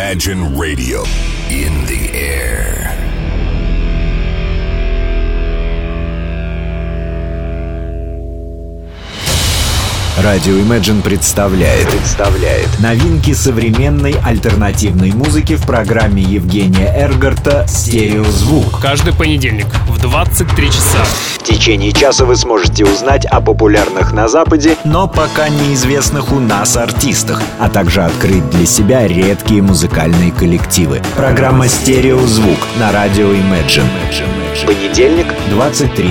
Imagine Radio in the air. Радио Imagine представляет новинки современной альтернативной музыки в программе Евгения Эргарта «Стереозвук». Каждый понедельник в 23 часа. В течение часа вы сможете узнать о популярных на Западе, но пока неизвестных у нас артистах, а также открыть для себя редкие музыкальные коллективы. Программа «Стереозвук» на радио Imagine. Понедельник, 23:00.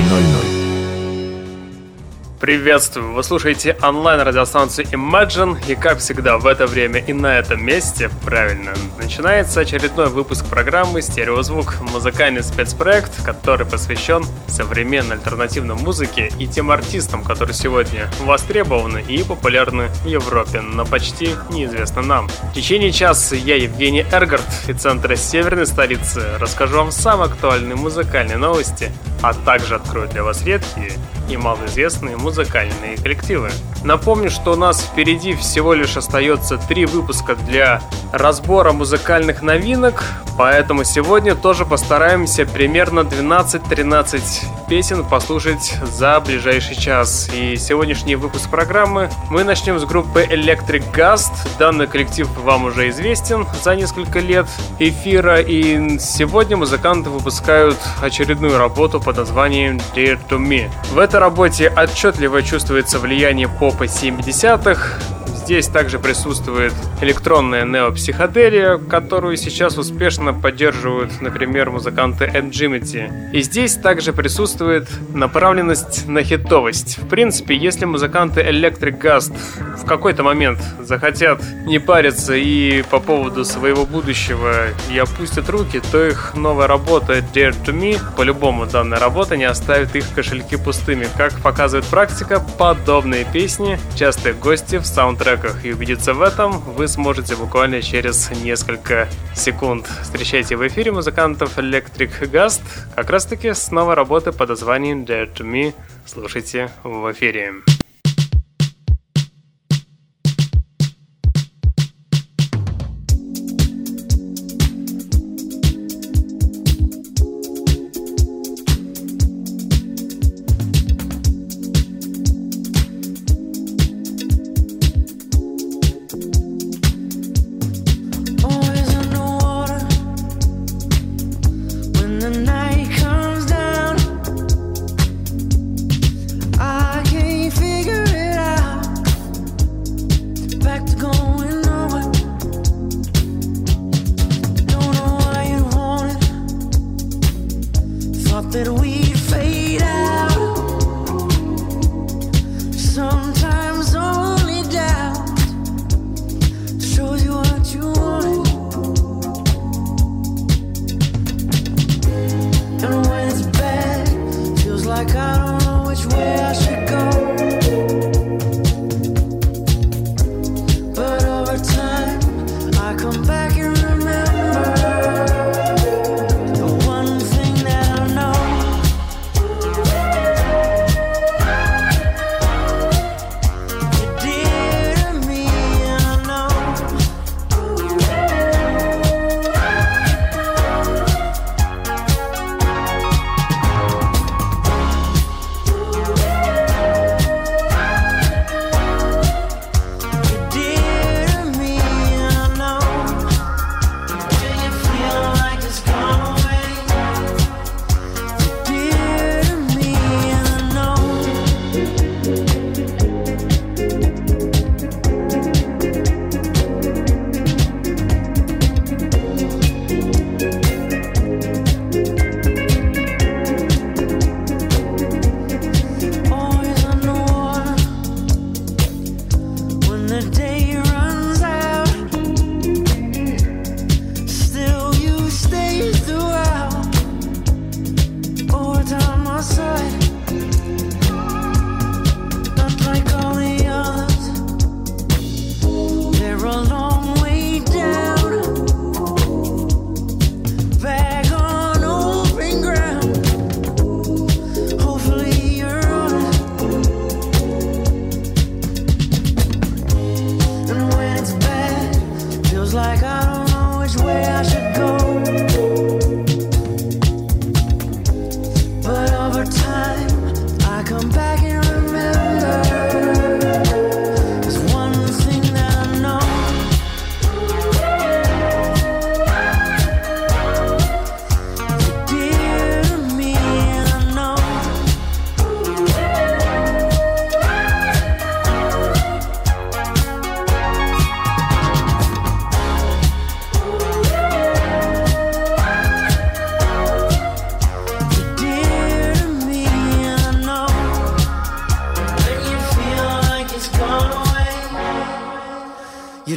Приветствую! Вы слушаете онлайн-радиостанцию Imagine, и как всегда в это время и на этом месте, правильно, начинается очередной выпуск программы «Стереозвук», музыкальный спецпроект, который посвящен современной альтернативной музыке и тем артистам, которые сегодня востребованы и популярны в Европе, но почти неизвестны нам. В течение часа я, Евгений Эргарт, из центра северной столицы, расскажу вам самые актуальные музыкальные новости, а также открою для вас редкие и малоизвестные музыкальные коллективы. Напомню, что у нас впереди всего лишь остается 3 выпуска для разбора музыкальных новинок, поэтому сегодня тоже постараемся примерно 12-13 песен послушать за ближайший час. И сегодняшний выпуск программы мы начнем с группы Electric Gust. Данный коллектив вам уже известен за несколько лет эфира, и сегодня музыканты выпускают очередную работу под названием Dear to Me. В этой работе отчетливо чувствуется влияние попа 70-х. Здесь также присутствует электронная неопсиходелия, которую сейчас успешно поддерживают, например, музыканты Enjimity. И здесь также присутствует направленность на хитовость. В принципе, если музыканты Electric Gust в какой-то момент захотят не париться и по поводу своего будущего и опустят руки, то их новая работа Dare to Me, по-любому данная работа не оставит их кошельки пустыми. Как показывает практика, подобные песни частые гости в саундтреках. И убедиться в этом вы сможете буквально через несколько секунд. Встречайте в эфире музыкантов Electric Gust, как раз таки с новой работы под названием Dare to Me. Слушайте в эфире.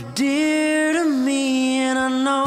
dear to me, and I know.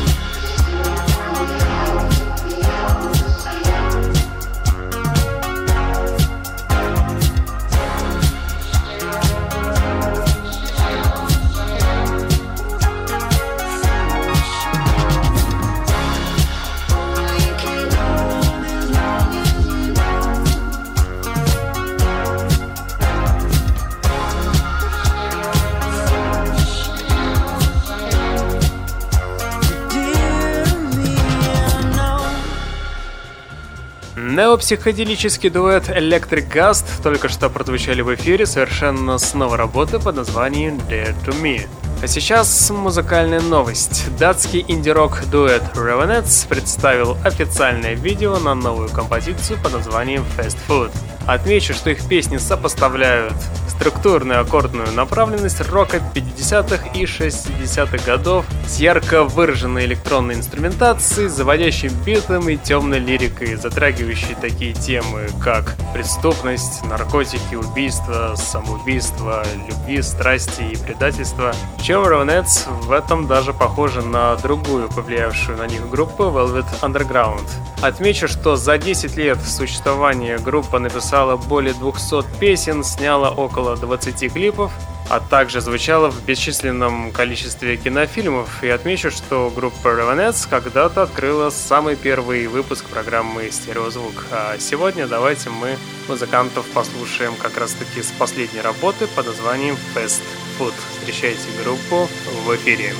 Неопсиходелический дуэт Electric Gust только что прозвучали в эфире совершенно с новой работы под названием Dear to Me. А сейчас музыкальная новость. Датский инди-рок дуэт Ravenettes представил официальное видео на новую композицию под названием Fast Food. Отмечу, что их песни сопоставляют структурную аккордную направленность рока 50-х и 60-х годов с ярко выраженной электронной инструментацией, заводящим битом и темной лирикой, затрагивающей такие темы, как преступность, наркотики, убийства, самоубийство, любви, страсти и предательство. Причем Ravenettes в этом даже похожи на другую повлиявшую на них группу Velvet Underground. Отмечу, что за 10 лет существования группа написала более 200 песен, сняла около 20 клипов, а также звучала в бесчисленном количестве кинофильмов. И отмечу, что группа Ravenettes когда-то открыла самый первый выпуск программы «Стереозвук». А сегодня давайте мы музыкантов послушаем как раз-таки с последней работы под названием Fast Food. Встречайте группу в эфире.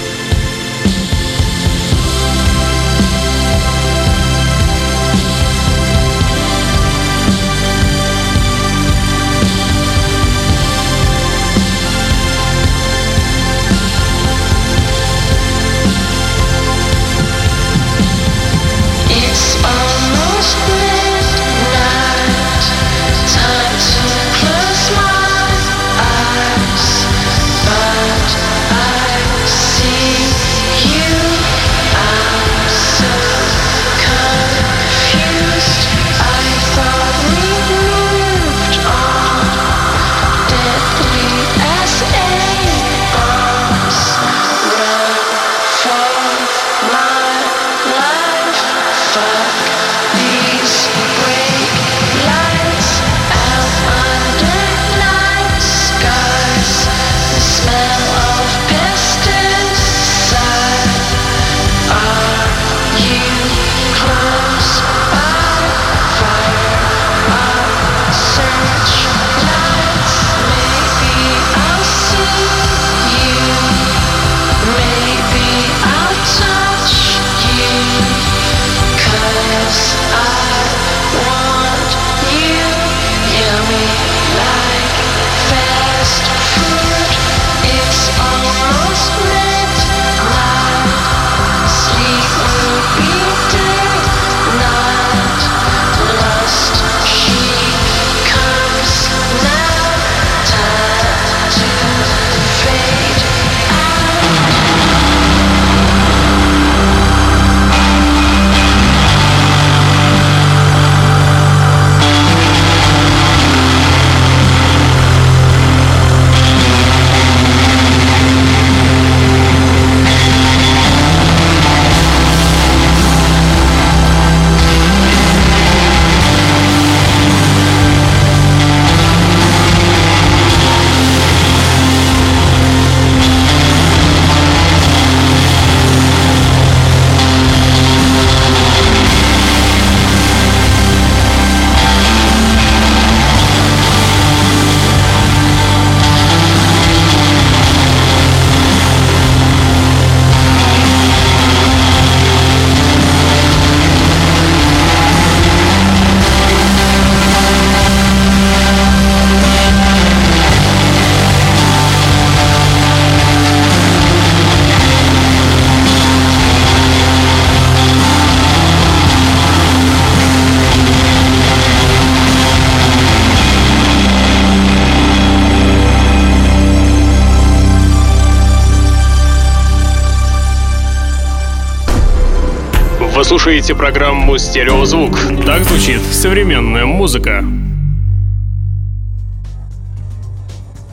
Вы слушаете программу «Стереозвук». Так звучит современная музыка.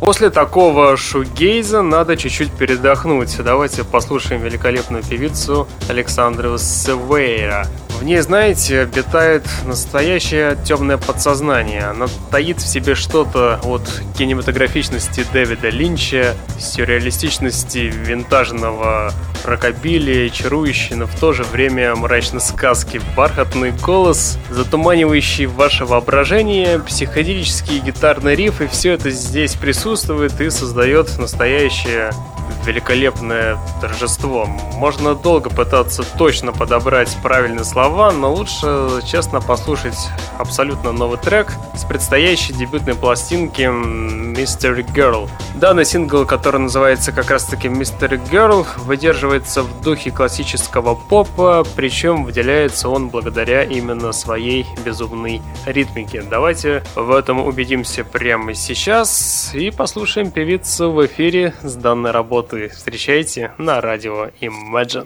После такого шугейза надо чуть-чуть передохнуть. Давайте послушаем великолепную певицу Александру Севейра. В ней, знаете, обитает настоящее темное подсознание. Она таит в себе что-то от кинематографичности Дэвида Линча, сюрреалистичности винтажного рокобили, чарующей, но в то же время мрачной сказки. Бархатный голос, затуманивающий ваше воображение, психоделические гитарные рифы, все это здесь присутствует и создает настоящее великолепное торжество. Можно долго пытаться точно подобрать правильные слова, но лучше честно послушать абсолютно новый трек с предстоящей дебютной пластинки Mystery Girl. Данный сингл, который называется как раз таки Mystery Girl, выдерживается в духе классического попа, причем выделяется он благодаря именно своей безумной ритмике. Давайте в этом убедимся прямо сейчас и послушаем певицу в эфире с данной работы. Встречайте на радио Imagine.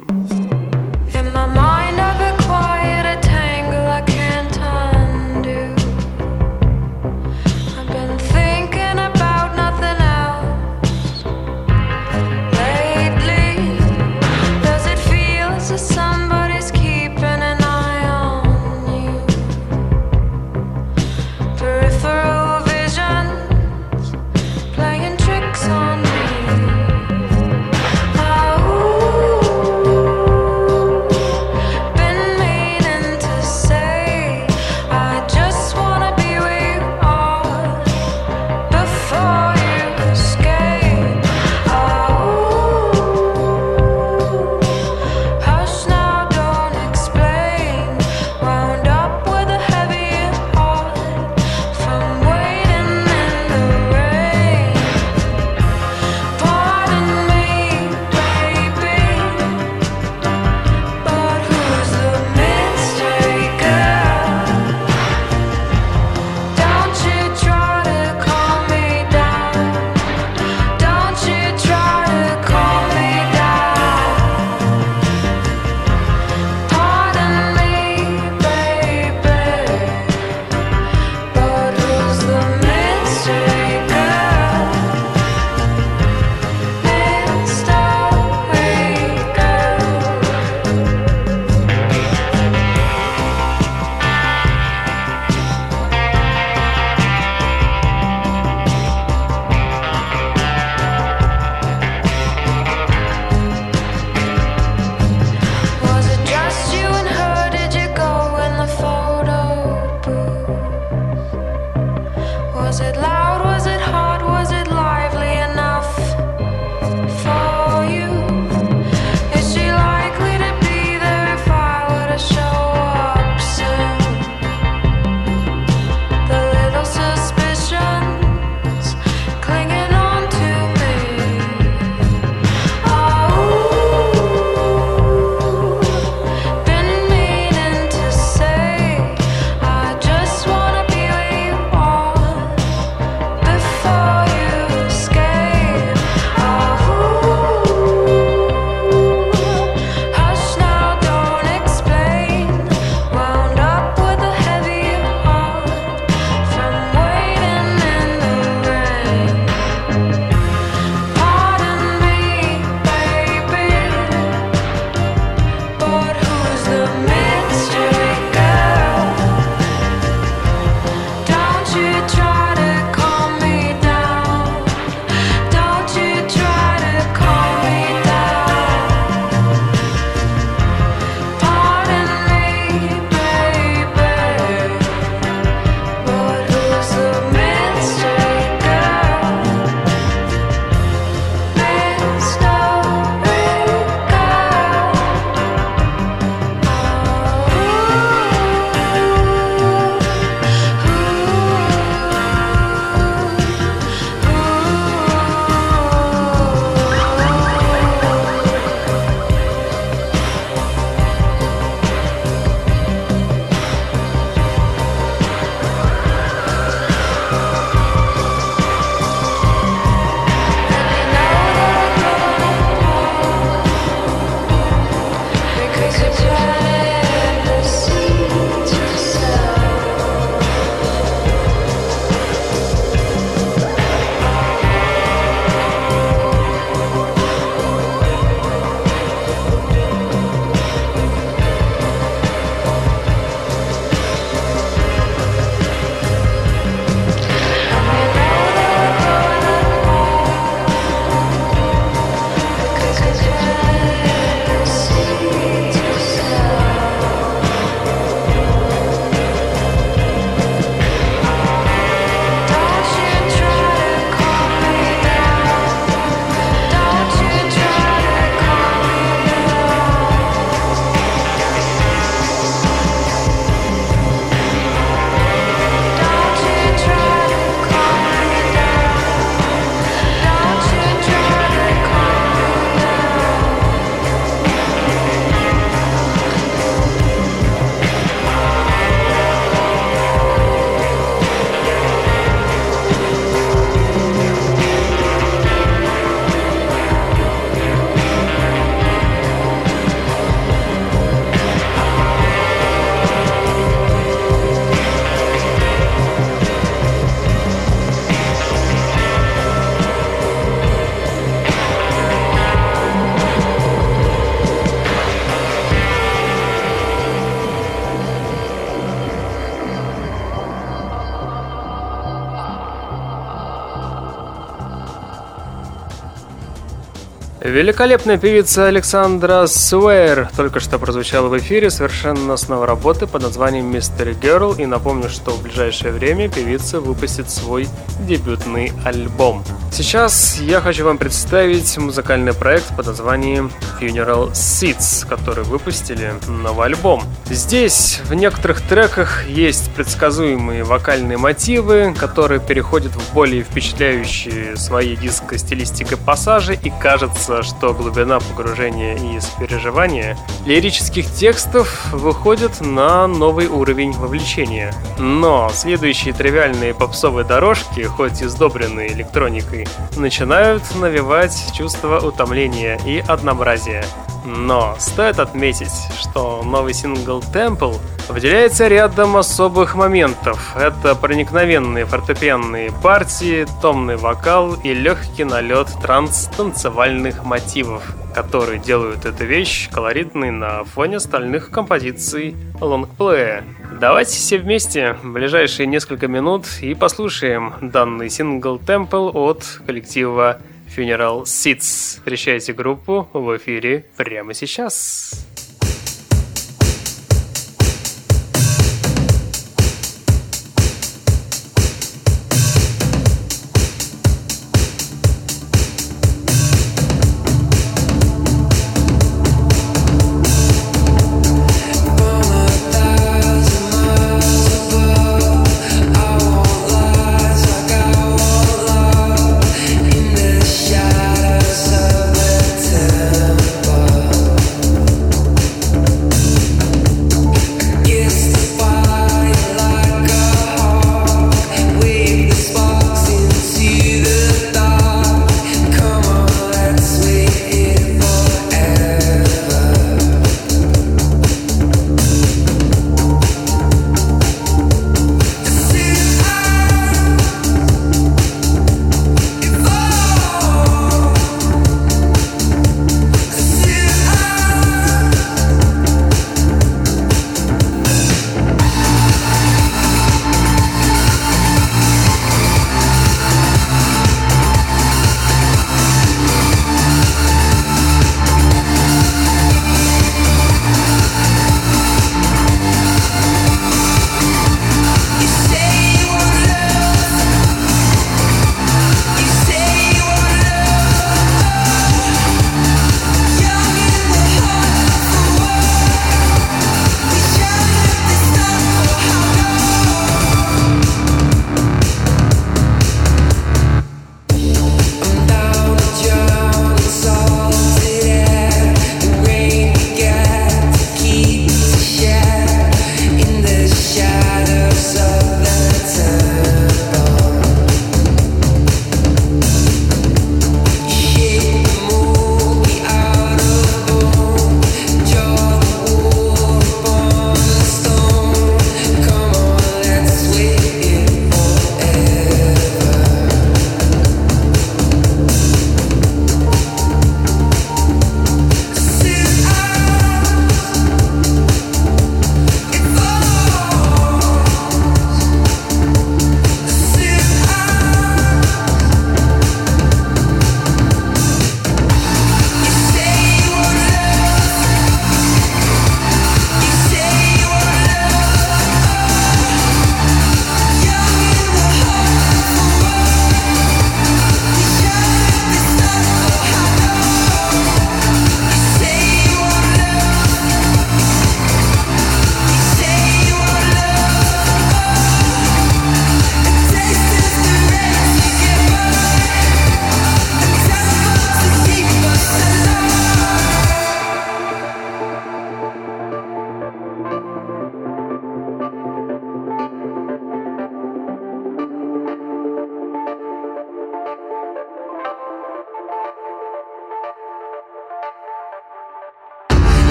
Ooh. Великолепная певица Александра Суэйр только что прозвучала в эфире совершенно с новой работы под названием Mystery Girl. И напомню, что в ближайшее время певица выпустит свой дебютный альбом. Сейчас я хочу вам представить музыкальный проект под названием Funeral Seats, который выпустили новый альбом. Здесь в некоторых треках есть предсказуемые вокальные мотивы, которые переходят в более впечатляющие своей диско-стилистикой пассажи, и кажется, что глубина погружения и сопереживания лирических текстов выходит на новый уровень вовлечения. Но следующие тривиальные попсовые дорожки, хоть и сдобренные электроникой, начинают навевать чувство утомления и однообразия. Но стоит отметить, что новый сингл Temple выделяется рядом особых моментов. Это проникновенные фортепианные партии, томный вокал и легкий налет транс-танцевальных мотивов, которые делают эту вещь колоритной на фоне остальных композиций лонгплея. Давайте все вместе в ближайшие несколько минут и послушаем данный сингл Temple от коллектива Funeral Seats. Встречайте группу в эфире прямо сейчас. Shadows of the temple.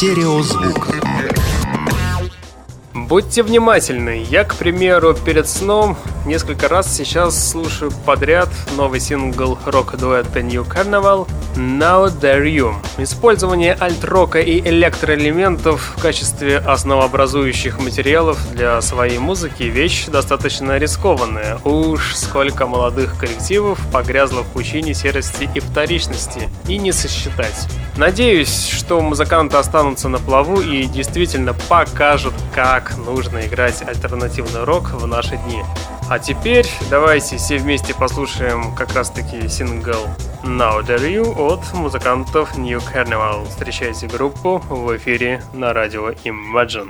Стереозвук. Будьте внимательны. Я, к примеру, перед сном несколько раз сейчас слушаю подряд новый сингл рок-дуэта New Carnival «Now Dare You». Использование альт-рока и электроэлементов в качестве основообразующих материалов для своей музыки – вещь достаточно рискованная. Уж сколько молодых коллективов погрязло в пучине серости и вторичности, и не сосчитать. Надеюсь, что музыканты останутся на плаву и действительно покажут, как нужно играть альтернативный рок в наши дни. А теперь давайте все вместе послушаем как раз-таки сингл «Now Dare You» от музыкантов New Carnival. Встречайте группу в эфире на радио Imagine.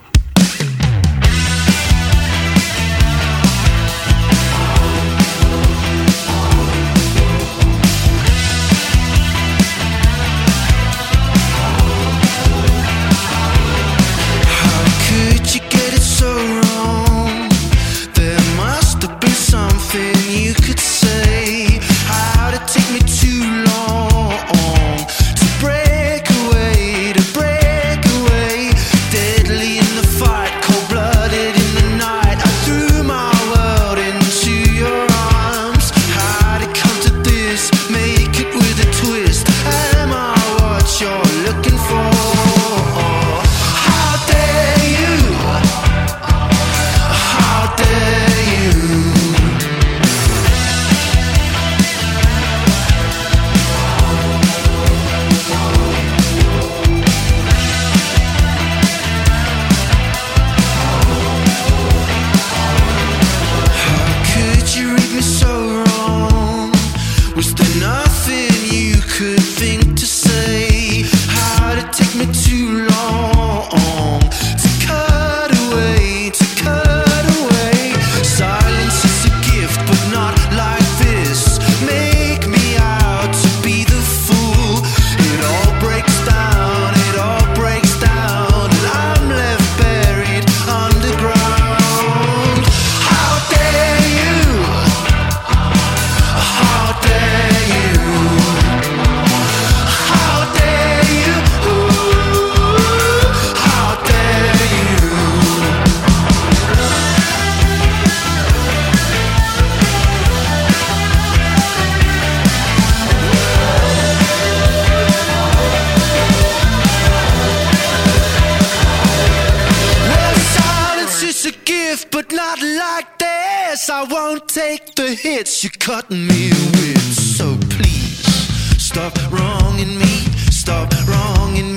You're cutting me with, so please stop wronging me, stop wronging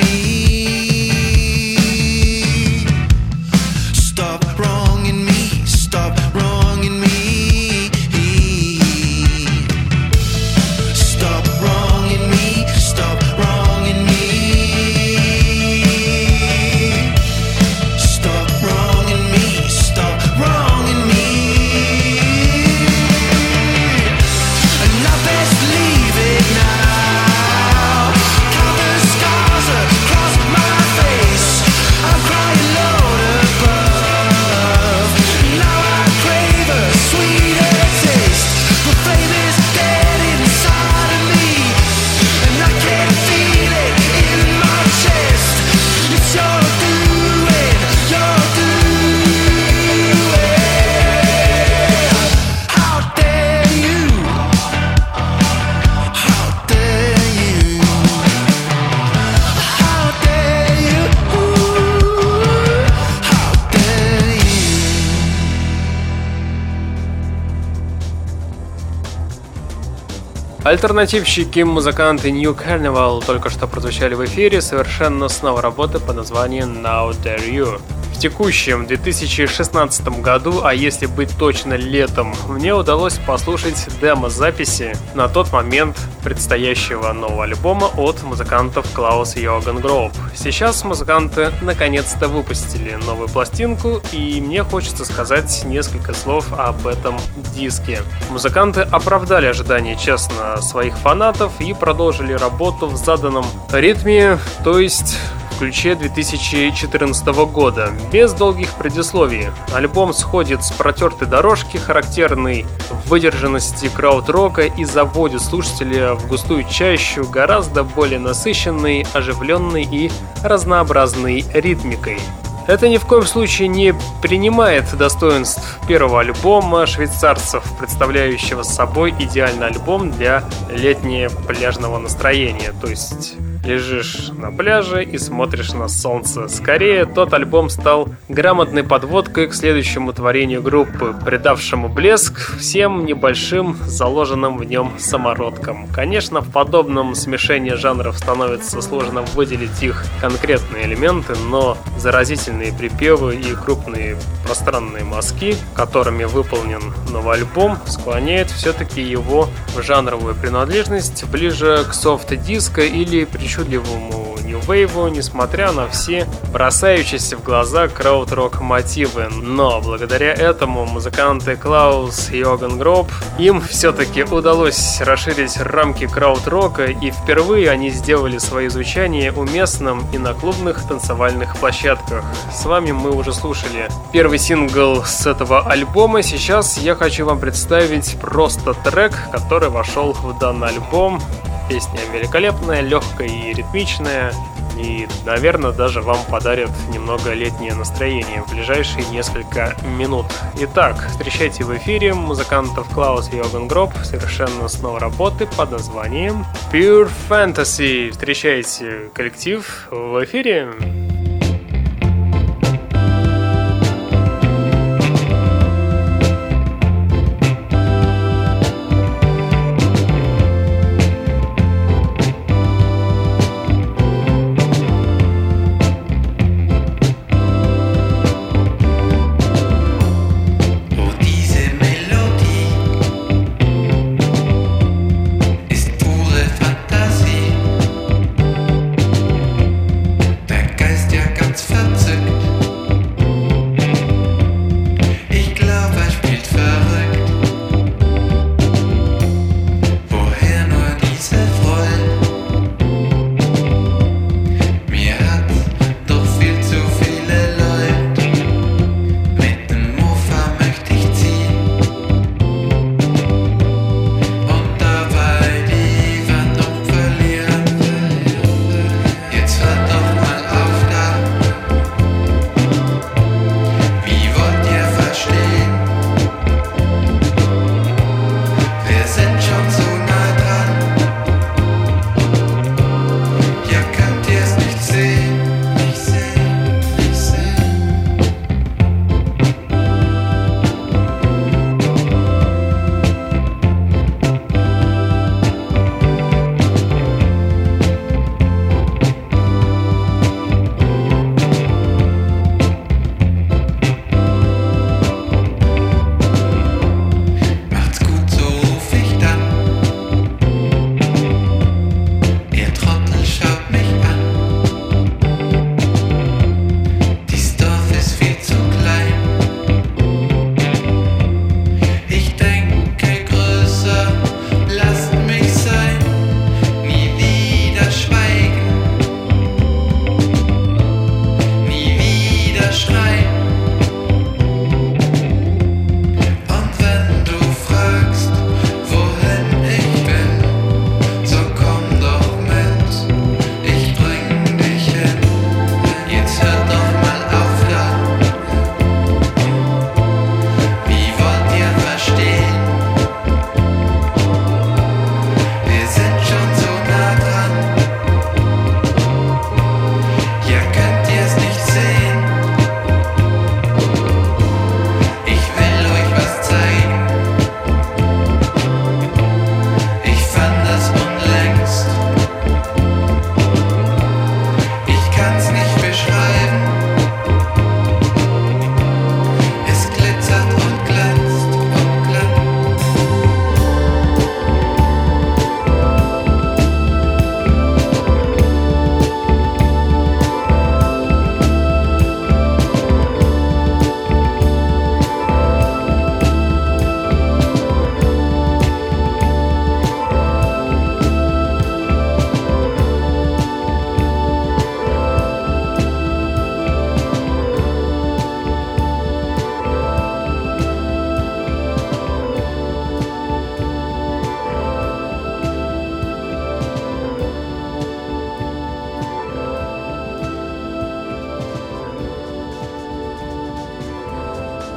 me, stop wronging me, stop wronging me, stop wronging me, stop wronging me, stop wronging me, stop wronging me. Leave it now. Count the scars across my face. I'm crying low above. Now I crave a sweeter taste. The flame is dead inside of me, and I can feel it in my chest. It's your doing, your doing. How dare you? Альтернативщики, музыканты New Carnival только что прозвучали в эфире совершенно с новой работы под названием Now Dare You. В текущем 2016 году, а если быть точно летом, мне удалось послушать демо-записи на тот момент предстоящего нового альбома от музыкантов Klaus Johann Grob. Сейчас музыканты наконец-то выпустили новую пластинку, и мне хочется сказать несколько слов об этом диске. Музыканты оправдали ожидания, честно, своих фанатов и продолжили работу в заданном ритме, то есть в ключе 2014 года, без долгих предисловий. Альбом сходит с протертой дорожки, характерной выдержанности крауд-рока, и заводит слушателя в густую чащу, гораздо более насыщенной, оживленной и разнообразной ритмикой. Это ни в коем случае не принимает достоинств первого альбома швейцарцев, представляющего собой идеальный альбом для летнего пляжного настроения, то есть лежишь на пляже и смотришь на солнце. Скорее, тот альбом стал грамотной подводкой к следующему творению группы, придавшему блеск всем небольшим заложенным в нем самородкам. Конечно, в подобном смешении жанров становится сложно выделить их конкретные элементы, но заразительные припевы и крупные пространные мазки, которыми выполнен новый альбом, склоняет все-таки его в жанровую принадлежность ближе к софт-диско или причудливому нью-вейву, несмотря на все бросающиеся в глаза крауд-рок мотивы. Но благодаря этому музыканты Клаус и Йоган Гроб, им все-таки удалось расширить рамки крауд-рока, и впервые они сделали свое звучание уместным и на клубных танцевальных площадках. С вами мы уже слушали первый сингл с этого альбома. Сейчас я хочу вам представить просто трек, который вошел в данный альбом. Песня великолепная, легкая и ритмичная, и, наверное, даже вам подарит немного летнее настроение в ближайшие несколько минут. Итак, встречайте в эфире музыкантов Клаус и Йоган Гроб совершенно с новой работы под названием Pure Fantasy. Встречайте коллектив в эфире. Ist pure Fantasie.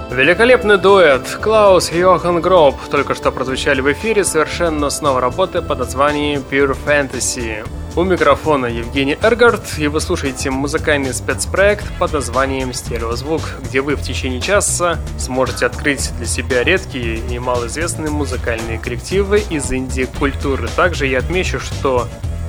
Великолепный дуэт Клаус и Йохан Гроб только что прозвучали в эфире совершенно с новой работы под названием Pure Fantasy. У микрофона Евгений Эргард, и вы слушаете музыкальный спецпроект под названием «Стереозвук», где вы в течение часа сможете открыть для себя редкие и малоизвестные музыкальные коллективы из инди-культуры. Также я отмечу, что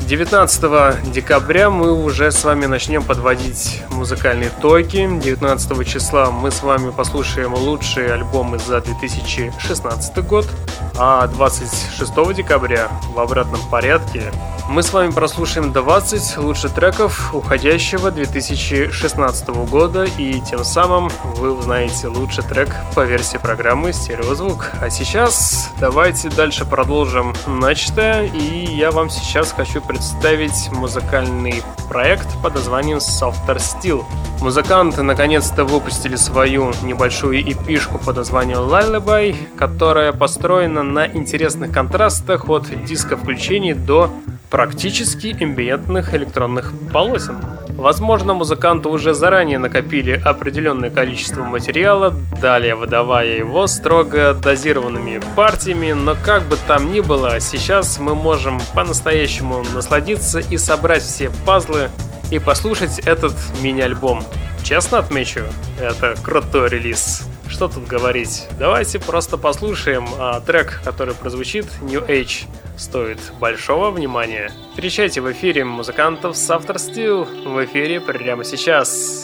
19 декабря мы уже с вами начнем подводить музыкальные итоги. 19 числа мы с вами послушаем лучшие альбомы за 2016 год, а 26 декабря в обратном порядке мы с вами прослушаем 20 лучших треков уходящего 2016 года, и тем самым вы узнаете лучший трек по версии программы «Стереозвук». А сейчас давайте дальше продолжим начатое, и я вам сейчас хочу представить музыкальный проект под названием Softer Still. Музыканты наконец-то выпустили свою небольшую эпишку под названием Lullaby, которая построена на интересных контрастах от диско-включений до практически эмбиентных электронных полосен. Возможно, музыканты уже заранее накопили определенное количество материала, далее выдавая его строго дозированными партиями, но как бы там ни было, сейчас мы можем по-настоящему насладиться и собрать все пазлы и послушать этот мини-альбом. Честно отмечу, это крутой релиз. Что тут говорить? Давайте просто послушаем, а трек, который прозвучит, New Age, стоит большого внимания. Встречайте в эфире музыкантов Softer Still в эфире прямо сейчас.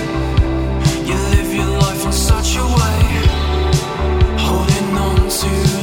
Such a way, holding on to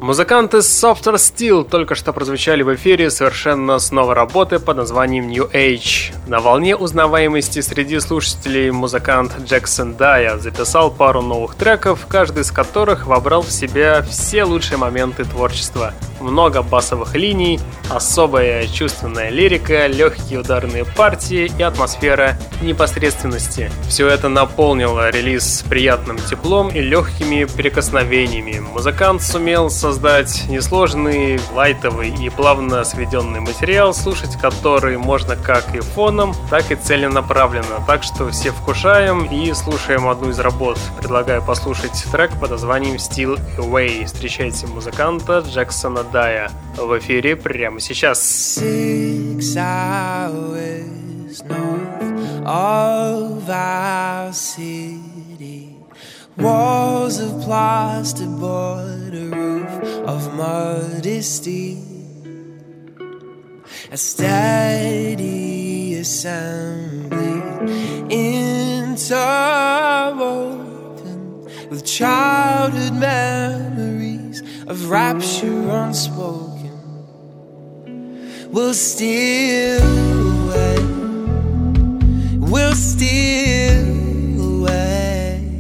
Музыканты Softer Steel только что прозвучали в эфире совершенно с новой работы под названием New Age. На волне узнаваемости среди слушателей музыкант Jackson Daya записал пару новых треков, каждый из которых вобрал в себя все лучшие моменты творчества. Много басовых линий, особая чувственная лирика, легкие ударные партии и атмосфера непосредственности. Все это наполнило релиз приятным теплом и легкими прикосновениями. Музыкант сумел создать несложный, лайтовый и плавно сведенный материал, слушать который можно как и фоном, так и целенаправленно. Так что все вкушаем и слушаем одну из работ. Предлагаю послушать трек под названием Steal Away. Встречайте музыканта Джексона Дая в эфире прямо сейчас. 6 hours north of our city, walls of plasterboard, a roof of modesty, a steady assembly interwoven with childhood memories of rapture unspoken. We'll steal away, we'll steal away,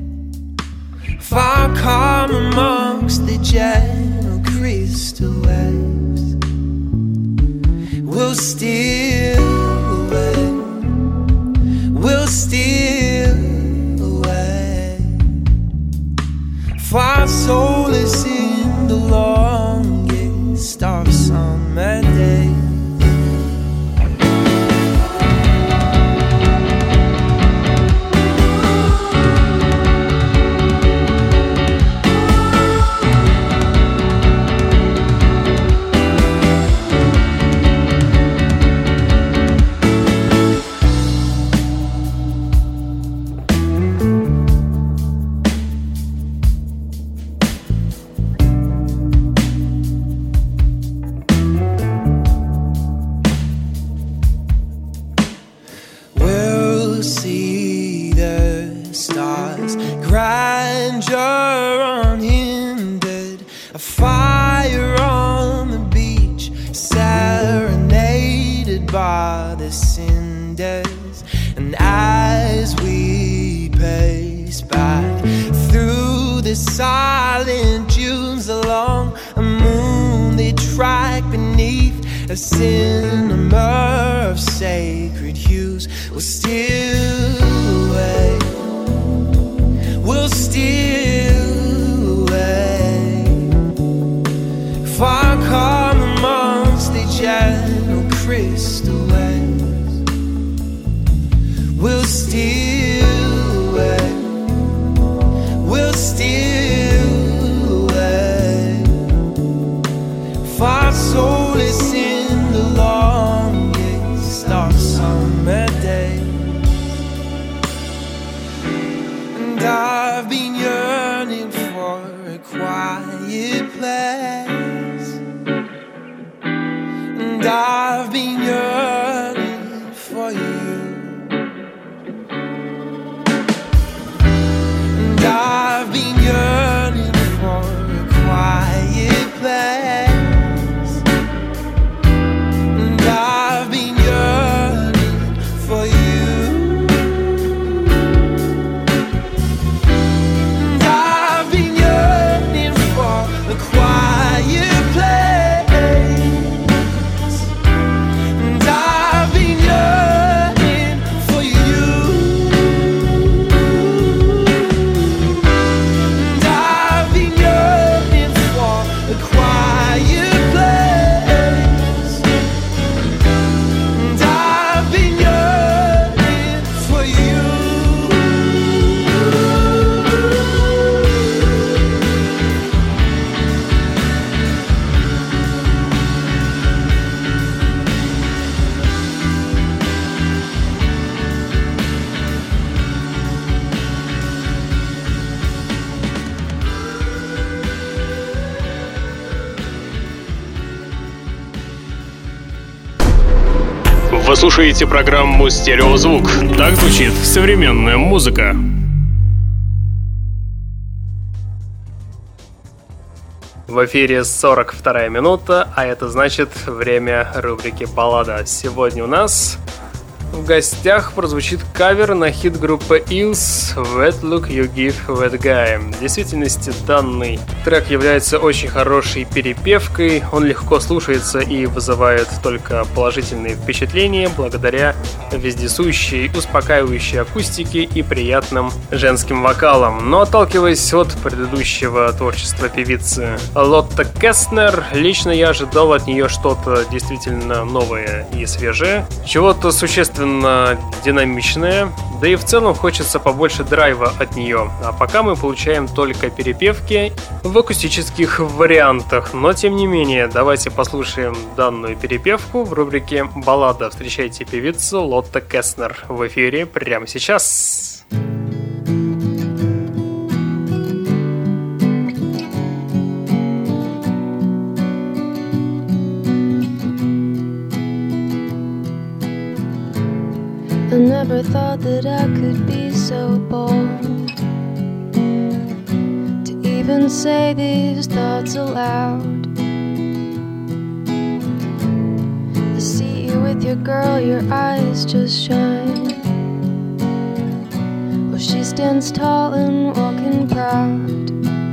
far calm amongst the gentle crystal waves. We'll steal away, we'll steal away, far solace in the longest of summer days. Silent dunes along a moonlit track beneath a cinema of sacred hues. We'll steal away, we'll steal away, far calm amongst the gentle crystal waves. We'll steal away, we'll steal away, far solace in the longest of summer days. And I've been yearning for a quiet place, and I've been yearning for you. I've been yearning for a quiet place, and I've been yearning for you. And I've been yearning for a quiet place, and I've been yearning for you. Вы слушаете программу «Стереозвук». Так звучит современная музыка. В эфире 42-я минута, а это значит время рубрики «Баллада». Сегодня у нас в гостях прозвучит кавер на хит группы Eels «That Look You Give That Guy». В действительности данный трек является очень хорошей перепевкой, он легко слушается и вызывает только положительные впечатления благодаря вездесущей, успокаивающей акустике и приятным женским вокалам. Но отталкиваясь от предыдущего творчества певицы Лотте Кестнер, лично я ожидал от нее что-то действительно новое и свежее, чего-то существенно динамичное, да и в целом хочется побольше драйва от нее. А пока мы получаем только перепевки в акустических вариантах. Но тем не менее, давайте послушаем данную перепевку в рубрике «Баллада». Встречайте певицу Лотте Кестнер в эфире прямо сейчас. I never thought that I could be so bold to even say these thoughts aloud. I see you with your girl, your eyes just shine. Well, she stands tall and walking proud.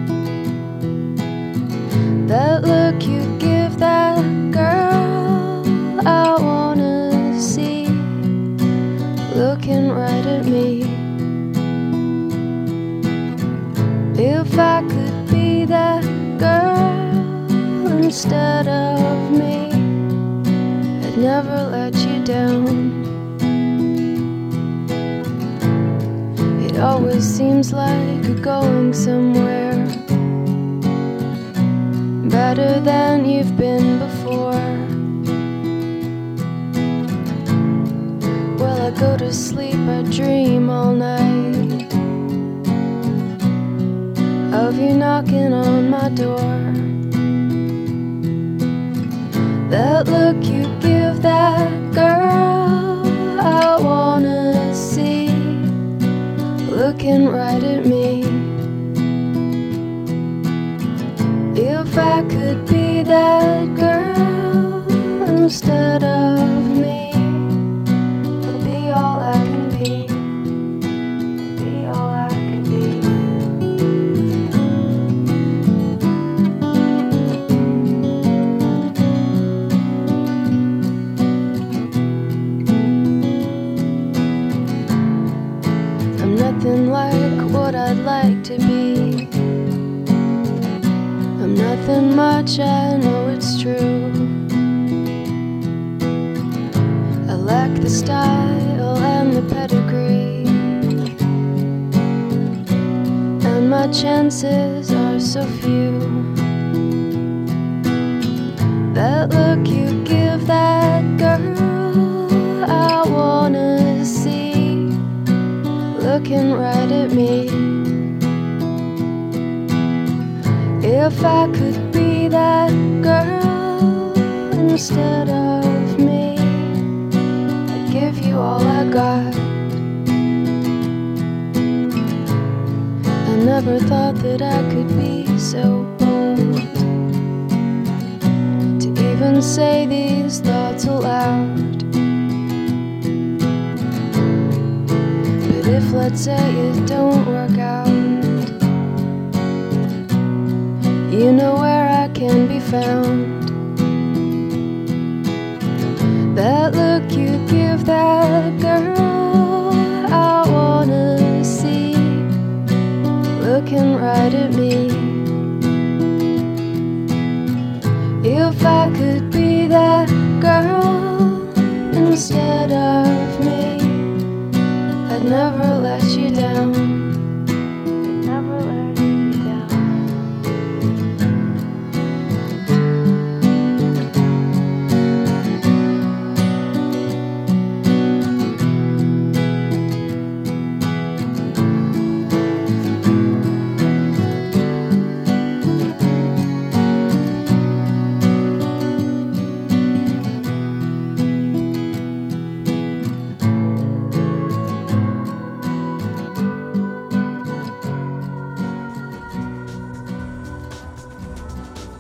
That look you give that girl, I wanna see, looking right at me. If I could be that girl instead of me, I'd never let you down. It always seems like you're going somewhere better than you've been before. I go to sleep, I dream all night of you knocking on my door. That look you give that girl, I wanna see, looking right at me. If I could be that girl instead of me, all I can be all I can be. I'm nothing like what I'd like to be. I'm nothing much, I know it's true. I lack the style and the pedigree, and my chances are so few. That look you give that girl, I wanna see, looking right at me. If I could be that girl instead of me, I'd give you all I got. I never thought that I could be so bold to even say these thoughts aloud. But if, let's say, it don't work out, you know where I can be found. That look you give that girl, I wanna see, looking right at me. If I could be that girl instead of me, I'd never let you down. I'd never let you down.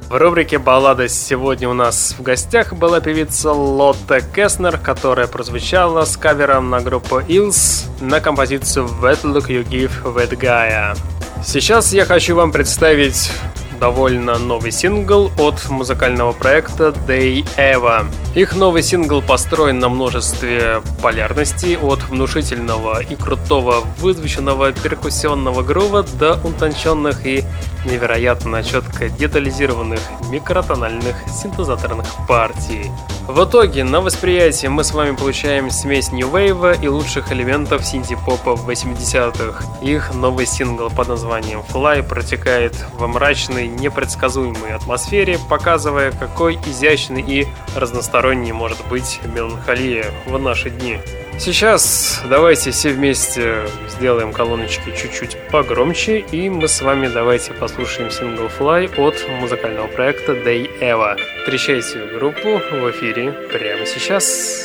В рубрике «Баллада» сегодня у нас в гостях была певица Лотта Кеснер, которая прозвучала с кавером на группу Eels на композицию «That Look You Give That Guy». Сейчас я хочу вам представить довольно новый сингл от музыкального проекта They Eva. Их новый сингл построен на множестве полярностей, от внушительного и крутого вызвученного перкуссионного грува до утонченных и невероятно четко детализированных микротональных синтезаторных партий. В итоге на восприятие мы с вами получаем смесь New Wave и лучших элементов синти-попа в 80-х. Их новый сингл под названием Fly протекает во мрачной, непредсказуемой атмосфере, показывая, какой изящный и разносторонний может быть меланхолия в наши дни. Сейчас давайте все вместе сделаем колоночки чуть-чуть погромче, и мы с вами давайте послушаем сингл Fly от музыкального проекта They Eva. Встречайте группу в эфире прямо сейчас.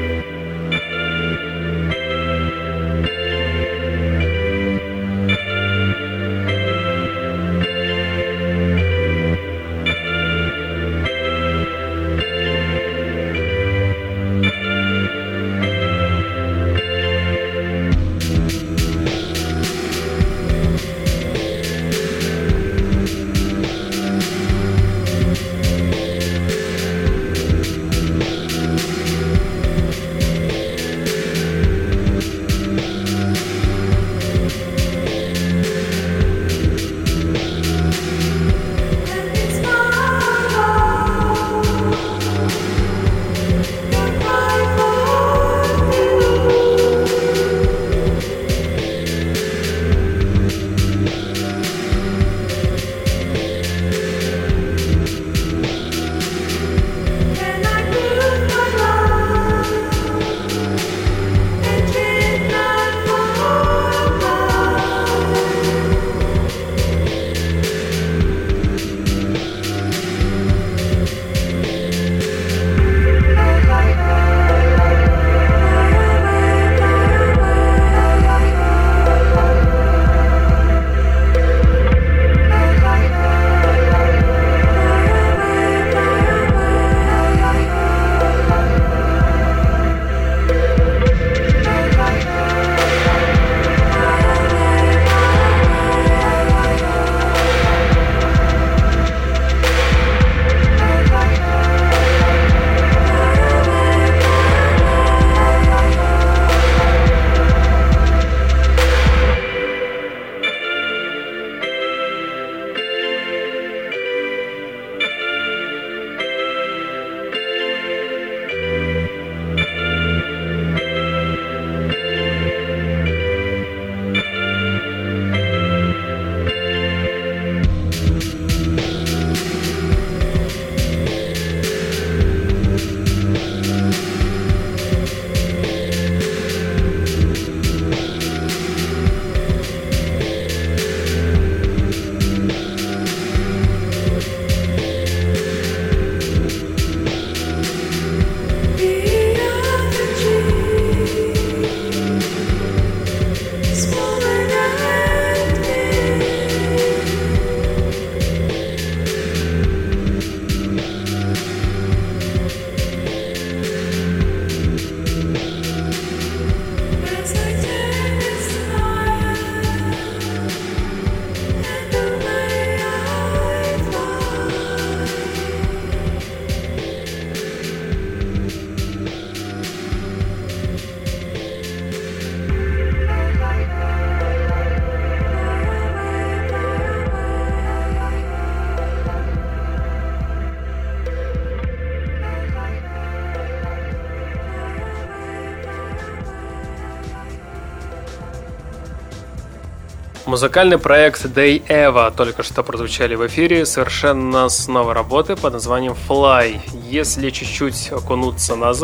Музыкальный проект They Eva только что прозвучали в эфире совершенно с новой работы под названием Fly. Если чуть-чуть окунуться назад,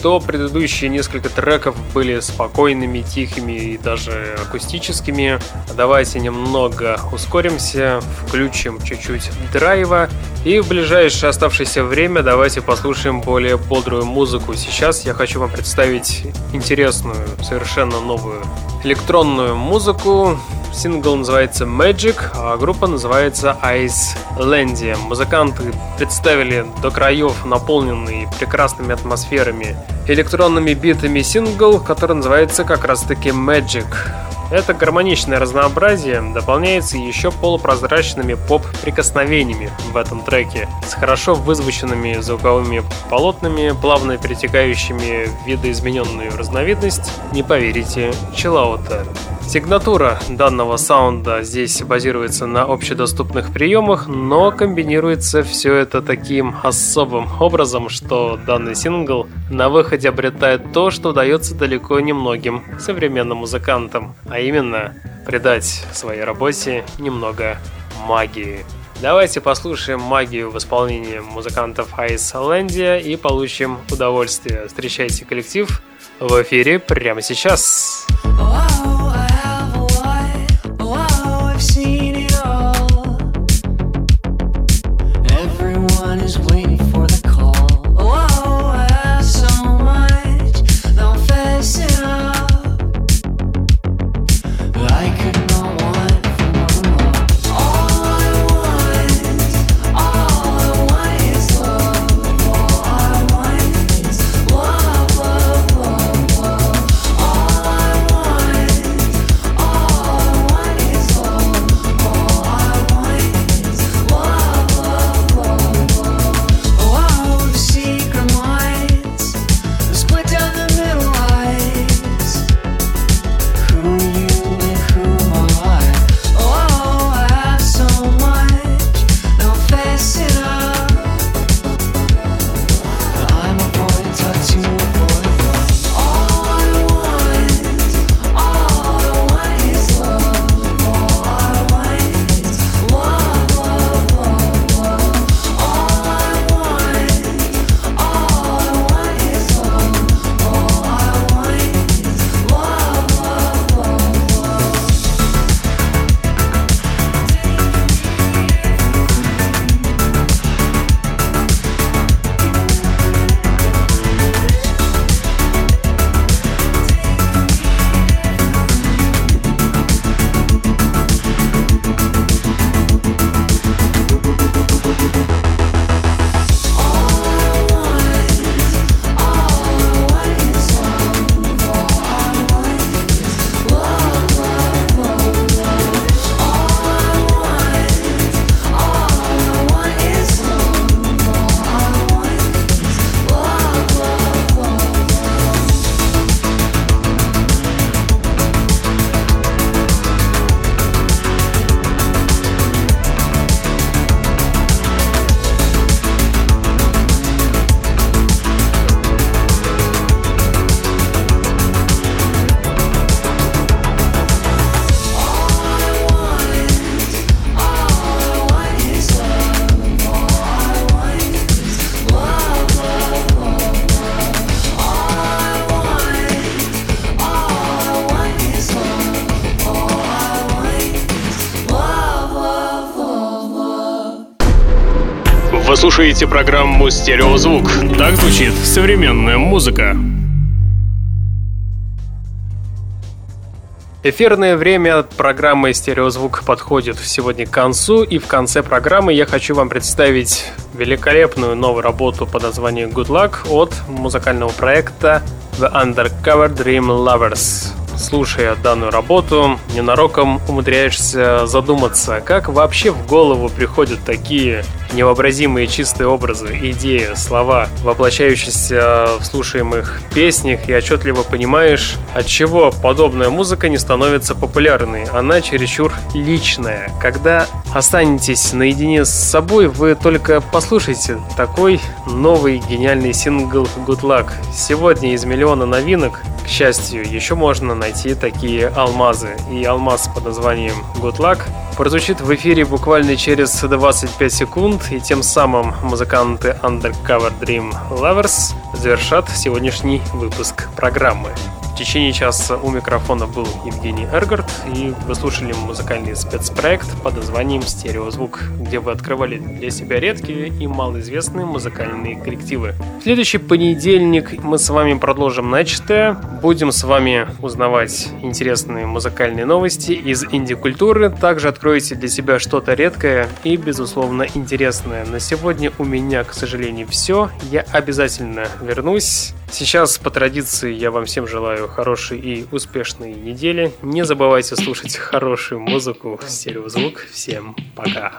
что предыдущие несколько треков были спокойными, тихими и даже акустическими, давайте немного ускоримся, включим чуть-чуть драйва и в ближайшее оставшееся время давайте послушаем более бодрую музыку. Сейчас я хочу вам представить интересную, совершенно новую электронную музыку. Сингл называется Magic, а группа называется Icelandia. Музыканты представили до краев наполненный прекрасными атмосферами, электронными битами сингл, который называется как раз-таки Magic. Это гармоничное разнообразие дополняется еще полупрозрачными поп-прикосновениями в этом треке с хорошо вызвученными звуковыми полотнами, плавно перетекающими в видоизмененную разновидность, не поверите, чиллаута. Сигнатура данного саунда здесь базируется на общедоступных приемах, но комбинируется все это таким особым образом, что данный сингл на выходе обретает то, что удается далеко не многим современным музыкантам, а именно придать своей работе немного магии. Давайте послушаем магию в исполнении музыкантов Icelandia и получим удовольствие. Встречайте коллектив в эфире прямо сейчас. Вы слушаете программу «Стереозвук». Так звучит современная музыка. Эфирное время программы «Стереозвук» подходит сегодня к концу, и в конце программы я хочу вам представить великолепную новую работу под названием Good Luck от музыкального проекта The Undercover Dream Lovers. Слушая данную работу, ненароком умудряешься задуматься, как вообще в голову приходят такие невообразимые чистые образы, идеи, слова, воплощающиеся в слушаемых песнях, и отчетливо понимаешь, отчего подобная музыка не становится популярной. Она чересчур личная. Когда останетесь наедине с собой, вы только послушайте такой новый гениальный сингл Good Luck. Сегодня из миллиона новинок, к счастью, еще можно найти такие алмазы. И алмаз под названием Good Luck прозвучит в эфире буквально через 25 секунд, и тем самым музыканты Undercover Dream Lovers завершат сегодняшний выпуск программы. В течение часа у микрофона был Евгений Эргард, и вы слушали музыкальный спецпроект под названием «Стереозвук», где вы открывали для себя редкие и малоизвестные музыкальные коллективы. В следующий понедельник мы с вами продолжим начатое. Будем с вами узнавать интересные музыкальные новости из инди-культуры. Также откроете для себя что-то редкое и, безусловно, интересное. На сегодня у меня, к сожалению, все. Я обязательно вернусь. Сейчас, по традиции, я вам всем желаю хорошей и успешной недели. Не забывайте слушать хорошую музыку, стереозвук. Всем пока!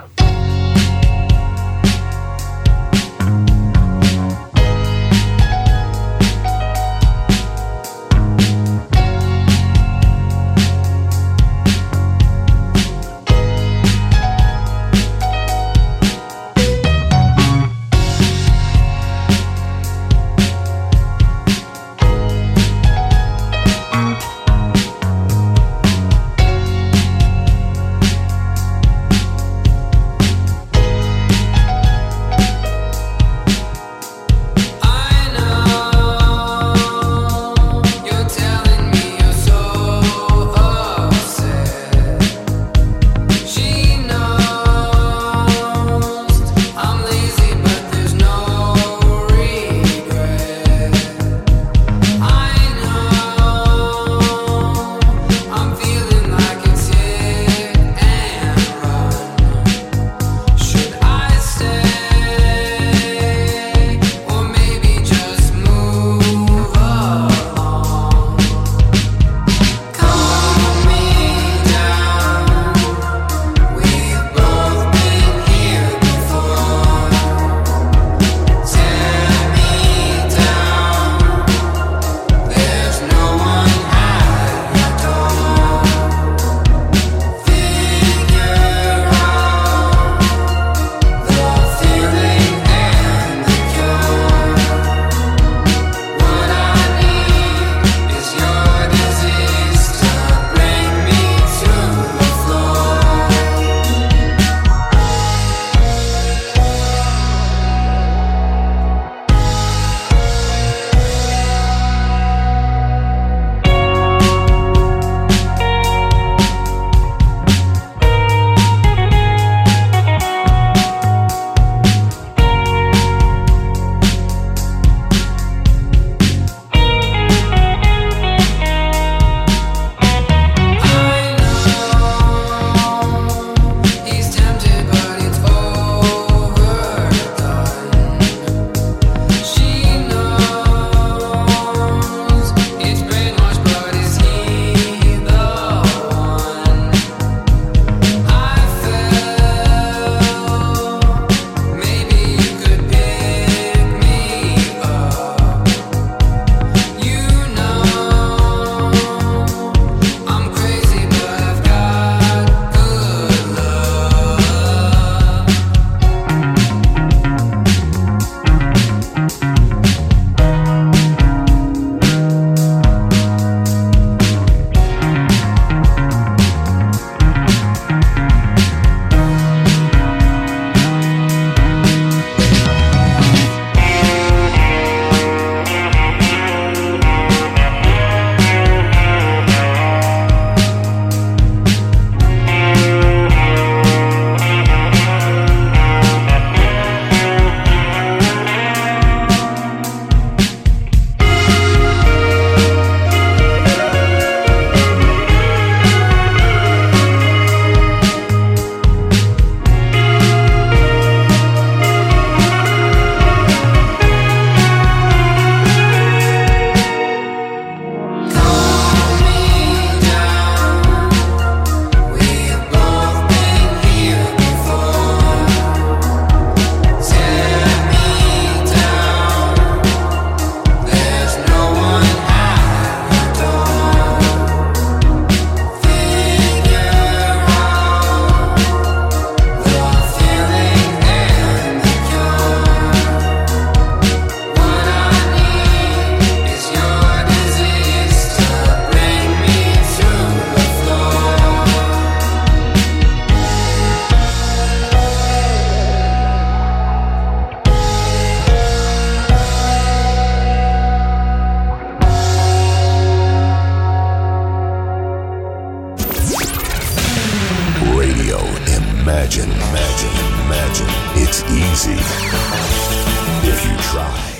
Imagine, imagine, imagine. It's easy if you try.